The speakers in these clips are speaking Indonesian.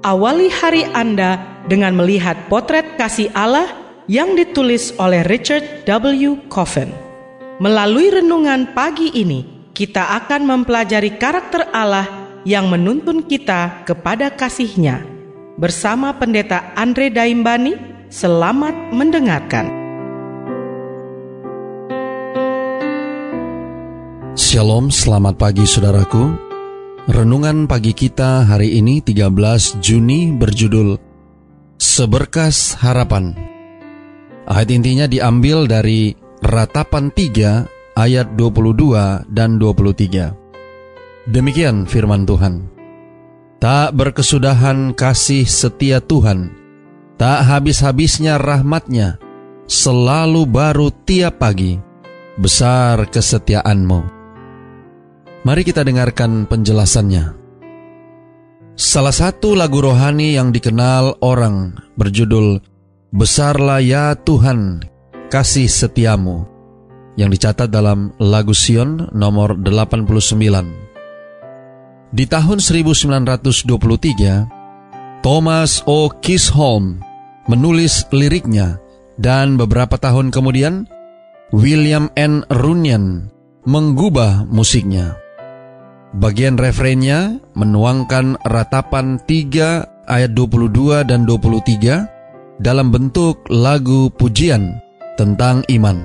Awali hari Anda dengan melihat potret kasih Allah yang ditulis oleh Richard W. Coffin. Melalui renungan pagi ini, kita akan mempelajari karakter Allah yang menuntun kita kepada kasih-Nya. Bersama Pendeta Andre Daimbani, selamat mendengarkan. Shalom, selamat pagi saudaraku. Renungan pagi kita hari ini 13 Juni berjudul Seberkas Harapan. Ayat intinya diambil dari Ratapan 3 ayat 22 dan 23. Demikian firman Tuhan. Tak berkesudahan kasih setia Tuhan, tak habis-habisnya rahmat-Nya, selalu baru tiap pagi, besar kesetiaan-Mu. Mari kita dengarkan penjelasannya. Salah satu lagu rohani yang dikenal orang berjudul Besarlah ya Tuhan, kasih setiamu, yang dicatat dalam lagu Sion nomor 89. Di tahun 1923, Thomas O. Chisholm menulis liriknya, dan beberapa tahun kemudian William N. Runyan menggubah musiknya. Bagian refrennya menuangkan Ratapan 3 ayat 22 dan 23 dalam bentuk lagu pujian tentang iman.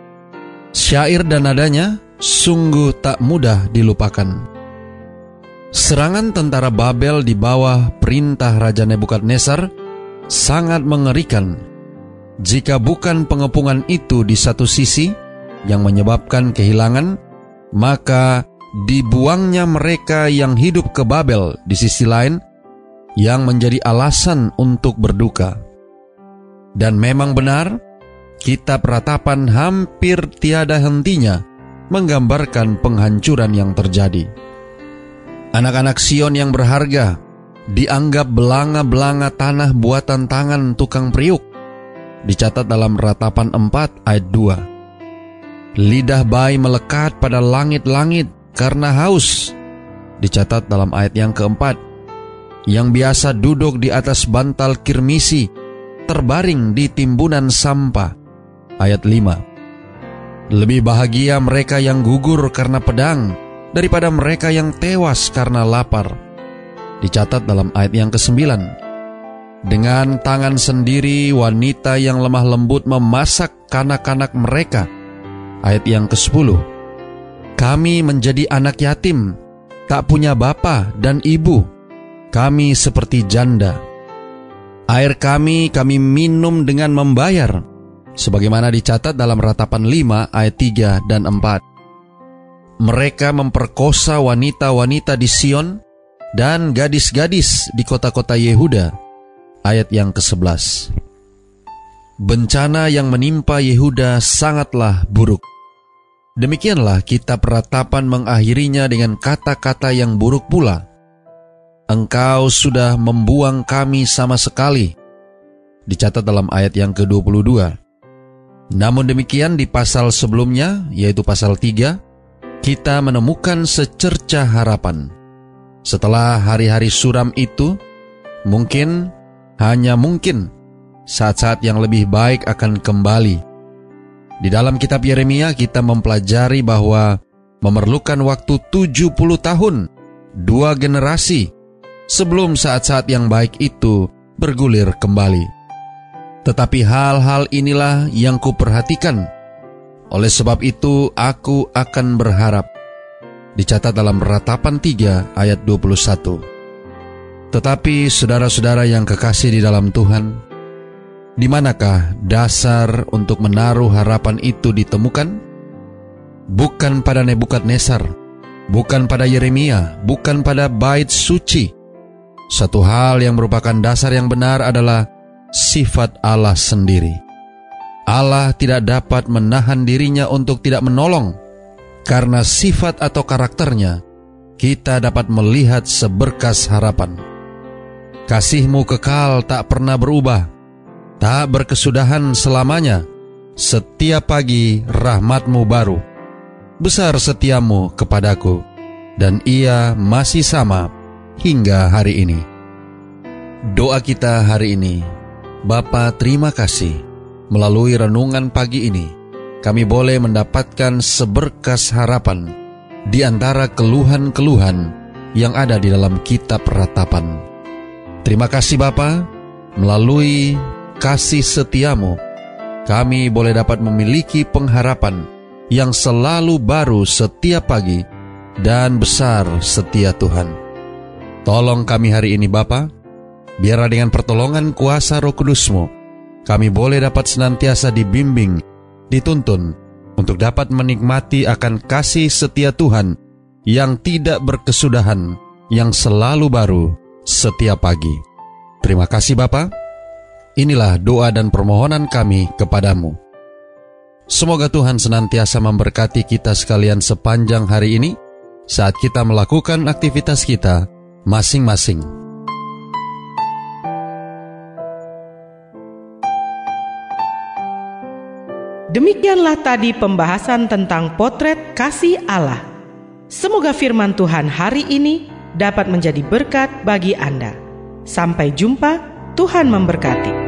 Syair dan nadanya sungguh tak mudah dilupakan. Serangan tentara Babel di bawah perintah Raja Nebukadnezar sangat mengerikan. Jika bukan pengepungan itu di satu sisi yang menyebabkan kehilangan, maka dibuangnya mereka yang hidup ke Babel di sisi lain yang menjadi alasan untuk berduka. Dan memang benar, kitab Ratapan hampir tiada hentinya menggambarkan penghancuran yang terjadi. Anak-anak Sion yang berharga dianggap belanga-belanga tanah buatan tangan tukang periuk, dicatat dalam Ratapan 4 ayat 2. Lidah bayi melekat pada langit-langit karena haus, dicatat dalam ayat yang keempat. Yang biasa duduk di atas bantal kirmisi, terbaring di timbunan sampah, ayat 5. Lebih bahagia mereka yang gugur karena pedang daripada mereka yang tewas karena lapar, dicatat dalam ayat yang ke-9. Dengan tangan sendiri wanita yang lemah lembut memasak kanak-kanak mereka, ayat yang ke-10. Kami menjadi anak yatim, tak punya bapa dan ibu. Kami seperti janda. Air kami minum dengan membayar, sebagaimana dicatat dalam Ratapan 5 ayat 3 dan 4. Mereka memperkosa wanita-wanita di Sion dan gadis-gadis di kota-kota Yehuda, ayat yang ke-11. Bencana yang menimpa Yehuda sangatlah buruk. Demikianlah kitab Ratapan mengakhirinya dengan kata-kata yang buruk pula. Engkau sudah membuang kami sama sekali, dicatat dalam ayat yang ke-22. Namun demikian di pasal sebelumnya, yaitu pasal 3, kita menemukan secercah harapan. Setelah hari-hari suram itu, mungkin, hanya mungkin, saat-saat yang lebih baik akan kembali. Di dalam kitab Yeremia kita mempelajari bahwa memerlukan waktu 70 tahun, 2 generasi, sebelum saat-saat yang baik itu bergulir kembali. Tetapi hal-hal inilah yang kuperhatikan. Oleh sebab itu aku akan berharap. Dicatat dalam Ratapan 3 ayat 21. Tetapi saudara-saudara yang kekasih di dalam Tuhan, di manakah dasar untuk menaruh harapan itu ditemukan? Bukan pada Nebukadnezar, bukan pada Yeremia, bukan pada bait suci. Satu hal yang merupakan dasar yang benar adalah sifat Allah sendiri. Allah tidak dapat menahan dirinya untuk tidak menolong. Karena sifat atau karakternya, kita dapat melihat seberkas harapan. Kasih-Mu kekal tak pernah berubah, tak berkesudahan selamanya. Setiap pagi rahmat-Mu baru. Besar setiamu kepadaku, dan ia masih sama hingga hari ini. doa kita hari ini. Bapa, terima kasih. Melalui renungan pagi ini, kami boleh mendapatkan seberkas harapan di antara keluhan-keluhan yang ada di dalam kitab Ratapan. Terima kasih Bapa, melalui kasih setiamu, kami boleh dapat memiliki pengharapan yang selalu baru setiap pagi dan besar setia Tuhan. Tolong kami hari ini Bapa, biarlah dengan pertolongan kuasa Roh Kudus-Mu, kami boleh dapat senantiasa dibimbing, dituntun, untuk dapat menikmati akan kasih setia Tuhan yang tidak berkesudahan, yang selalu baru setiap pagi. Terima kasih Bapa. Inilah doa dan permohonan kami kepadamu. Semoga Tuhan senantiasa memberkati kita sekalian sepanjang hari ini, saat kita melakukan aktivitas kita masing-masing. Demikianlah tadi pembahasan tentang potret kasih Allah. Semoga firman Tuhan hari ini dapat menjadi berkat bagi Anda. Sampai jumpa, Tuhan memberkati.